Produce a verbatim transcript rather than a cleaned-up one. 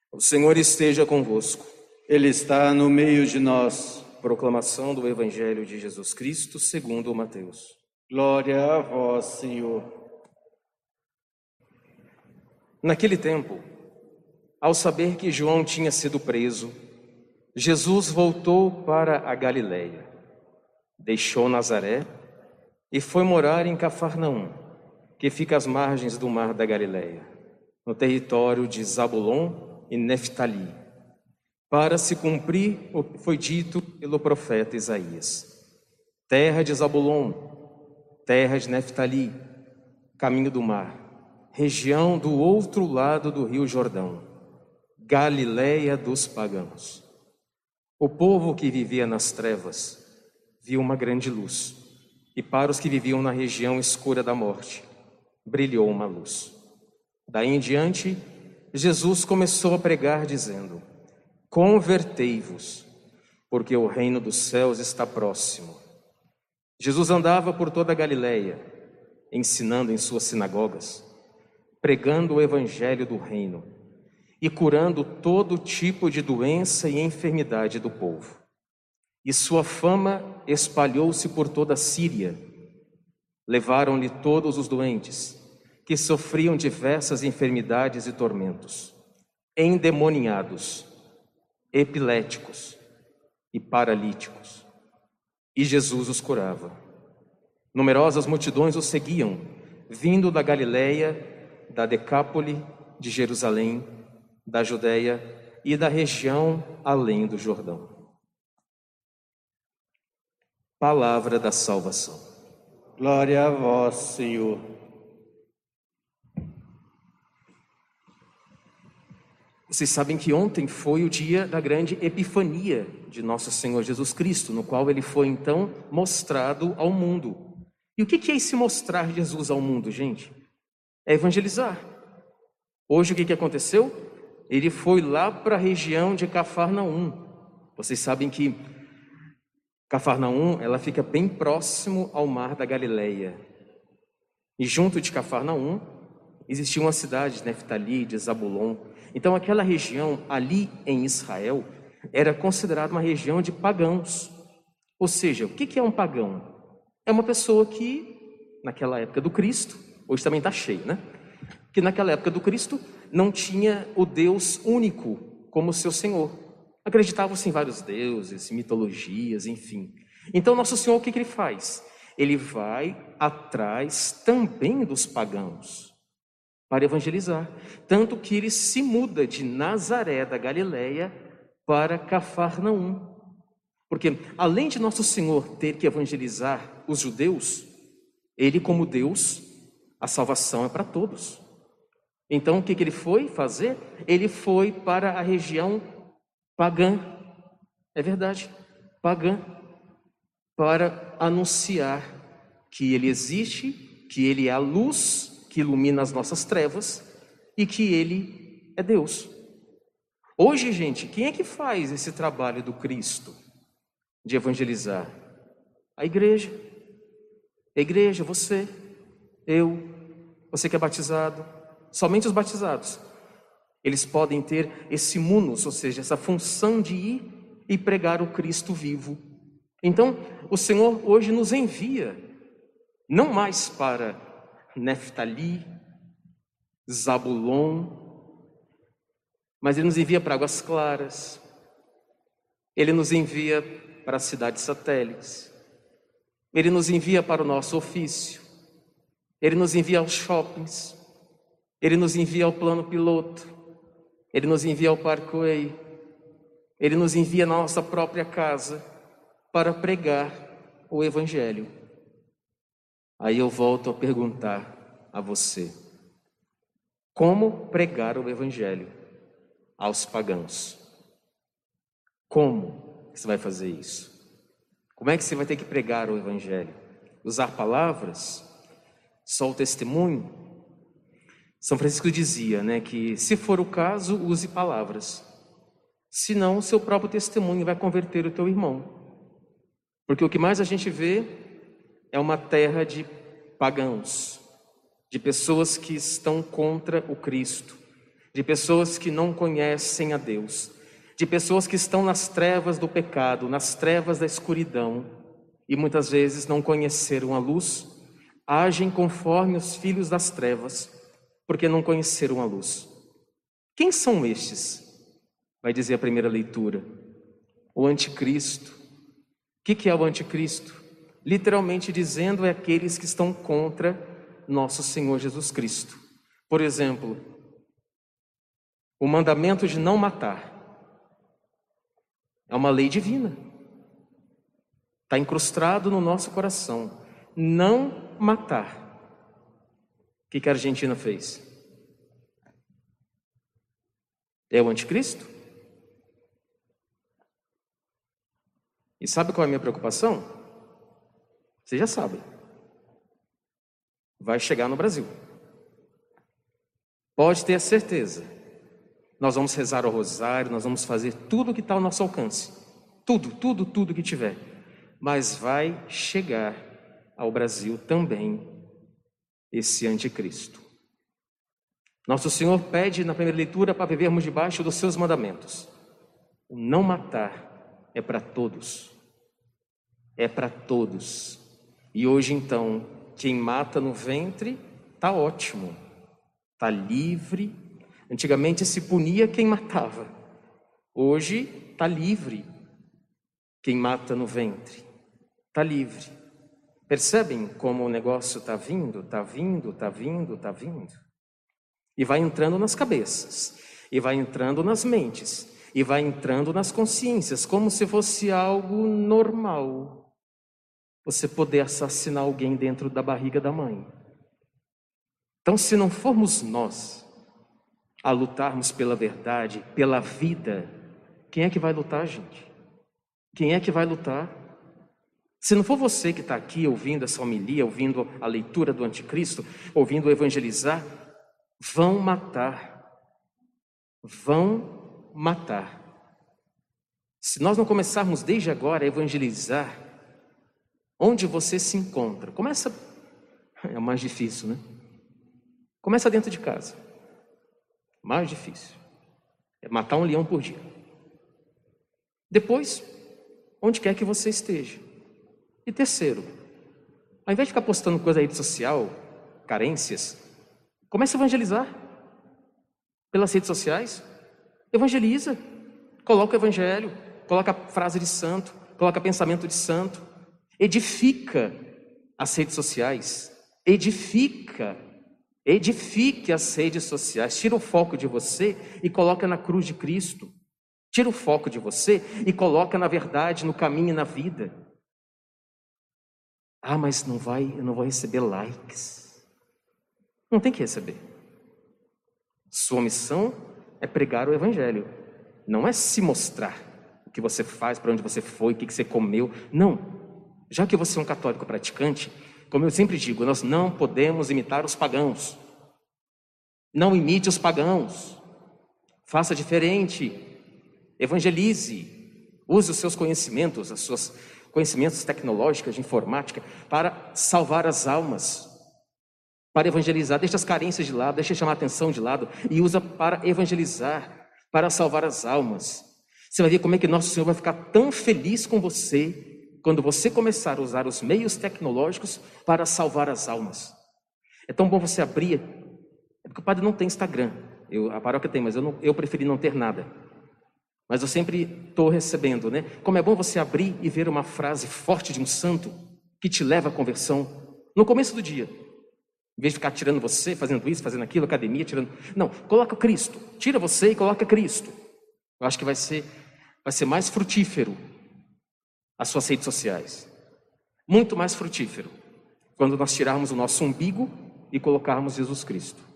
O Senhor esteja convosco. Ele está no meio de nós. Proclamação do Evangelho de Jesus Cristo segundo Mateus. Glória a vós, Senhor. Naquele tempo, ao saber que João tinha sido preso, Jesus voltou para a Galileia. Deixou Nazaré e foi morar em Cafarnaum, que fica às margens do mar da Galileia, no território de Zabulon e Neftali, para se cumprir o que foi dito pelo profeta Isaías. Terra de Zabulon, terra de Neftali, caminho do mar, região do outro lado do rio Jordão, Galileia dos pagãos. O povo que vivia nas trevas viu uma grande luz, e para os que viviam na região escura da morte, brilhou uma luz. Daí em diante, Jesus começou a pregar dizendo: convertei-vos, porque o reino dos céus está próximo. Jesus andava por toda a Galileia, ensinando em suas sinagogas, pregando o evangelho do reino e curando todo tipo de doença e enfermidade do povo. E sua fama espalhou-se por toda a Síria. Levaram-lhe todos os doentes, que sofriam diversas enfermidades e tormentos, endemoniados, epiléticos e paralíticos. E Jesus os curava. Numerosas multidões os seguiam, vindo da Galileia, da Decápole, de Jerusalém, da Judeia e da região além do Jordão. Palavra da salvação. Glória a vós, Senhor. Vocês sabem que ontem foi o dia da grande epifania de nosso Senhor Jesus Cristo, no qual ele foi então mostrado ao mundo. E o que é esse mostrar Jesus ao mundo, gente? É evangelizar. Hoje o que aconteceu? Ele foi lá para a região de Cafarnaum. Vocês sabem que Cafarnaum, ela fica bem próximo ao mar da Galileia. E junto de Cafarnaum existia uma cidade de Neftali, de Zabulon. Então aquela região ali em Israel era considerada uma região de pagãos. Ou seja, o que é um pagão? É uma pessoa que, naquela época do Cristo, hoje também está cheio, né? Que naquela época do Cristo não tinha o Deus único como seu Senhor. Acreditavam-se em vários deuses, mitologias, enfim. Então nosso Senhor, o que ele faz? Ele vai atrás também dos pagãos para evangelizar. Tanto que ele se muda de Nazaré da Galileia para Cafarnaum. Porque além de nosso Senhor ter que evangelizar os judeus, ele como Deus, a salvação é para todos. Então o que ele foi fazer? Ele foi para a região pagã, é verdade, pagã, para anunciar que ele existe, que ele é a luz que ilumina as nossas trevas e que ele é Deus. Hoje, gente, quem é que faz esse trabalho do Cristo de evangelizar? A igreja. A igreja, você, eu, você que é batizado, somente os batizados. Eles podem ter esse munus, ou seja, essa função de ir e pregar o Cristo vivo. Então, o Senhor hoje nos envia, não mais para Neftali, Zabulon, mas Ele nos envia para Águas Claras, Ele nos envia para as cidades satélites, Ele nos envia para o nosso ofício, Ele nos envia aos shoppings, Ele nos envia ao plano piloto, Ele nos envia ao Parkway, Ele nos envia na nossa própria casa para pregar o Evangelho. Aí eu volto a perguntar a você: como pregar o Evangelho aos pagãos? Como você vai fazer isso? Como é que você vai ter que pregar o Evangelho? Usar palavras? Só o testemunho? São Francisco dizia, né, que se for o caso, use palavras. Senão, o seu próprio testemunho vai converter o teu irmão. Porque o que mais a gente vê é uma terra de pagãos, de pessoas que estão contra o Cristo. de pessoas que não conhecem a Deus, de pessoas que estão nas trevas do pecado, nas trevas da escuridão, e muitas vezes não conheceram a luz, agem conforme os filhos das trevas, porque não conheceram a luz. Quem são estes? Vai dizer a primeira leitura: o anticristo. O que, que é o anticristo? Literalmente dizendo, é aqueles que estão contra nosso Senhor Jesus Cristo. Por exemplo, o mandamento de não matar é uma lei divina. Está incrustado no nosso coração. Não matar. O que, que a Argentina fez? É o anticristo? E sabe qual é a minha preocupação? Vocês já sabem. Vai chegar no Brasil. Pode ter a certeza. Nós vamos rezar o rosário, nós vamos fazer tudo o que está ao nosso alcance. Tudo, tudo, tudo que tiver. Mas vai chegar ao Brasil também esse anticristo. Nosso Senhor pede na primeira leitura para vivermos debaixo dos seus mandamentos. O não matar é para todos. É para todos. E hoje então, quem mata no ventre está ótimo. Está livre. Antigamente se punia quem matava. Hoje está livre. Quem mata no ventre está livre. Percebem como o negócio está vindo, está vindo, está vindo, está vindo? E vai entrando nas cabeças, e vai entrando nas mentes, e vai entrando nas consciências, como se fosse algo normal. Você poder assassinar alguém dentro da barriga da mãe. Então, se não formos nós a lutarmos pela verdade, pela vida, quem é que vai lutar, gente? Quem é que vai lutar? Se não for você que está aqui ouvindo essa homilia, ouvindo a leitura do anticristo, ouvindo evangelizar, vão matar. Vão matar. Se nós não começarmos desde agora a evangelizar, onde você se encontra, começa, é mais difícil, né? Começa dentro de casa. Mais difícil. É matar um leão por dia. Depois, onde quer que você esteja. E terceiro, ao invés de ficar postando coisa na rede social, carências, comece a evangelizar. Pelas redes sociais, evangeliza. Coloca o evangelho, coloca a frase de santo, coloca pensamento de santo. Edifica as redes sociais. Edifica. Edifique as redes sociais. Tira o foco de você e coloca na cruz de Cristo. Tira o foco de você e coloca na verdade, no caminho e na vida. Ah, mas não vai, eu não vou receber likes. Não tem que receber. Sua missão é pregar o evangelho. Não é se mostrar o que você faz, para onde você foi, o que você comeu. Não. Já que você é um católico praticante, como eu sempre digo, nós não podemos imitar os pagãos. Não imite os pagãos. Faça diferente. Evangelize. Use os seus conhecimentos, os seus conhecimentos tecnológicos de informática para salvar as almas. Para evangelizar. Deixa as carências de lado, deixa chamar a atenção de lado e usa para evangelizar, para salvar as almas. Você vai ver como é que Nosso Senhor vai ficar tão feliz com você quando você começar a usar os meios tecnológicos para salvar as almas. É tão bom você abrir, é porque o padre não tem Instagram, eu, a paróquia tem, mas eu, não, eu preferi não ter nada. Mas eu sempre estou recebendo, né? Como é bom você abrir e ver uma frase forte de um santo que te leva à conversão no começo do dia. Em vez de ficar tirando você, fazendo isso, fazendo aquilo, academia, tirando... Não, coloca Cristo, tira você e coloca Cristo. Eu acho que vai ser, vai ser mais frutífero as suas redes sociais. Muito mais frutífero quando nós tirarmos o nosso umbigo e colocarmos Jesus Cristo.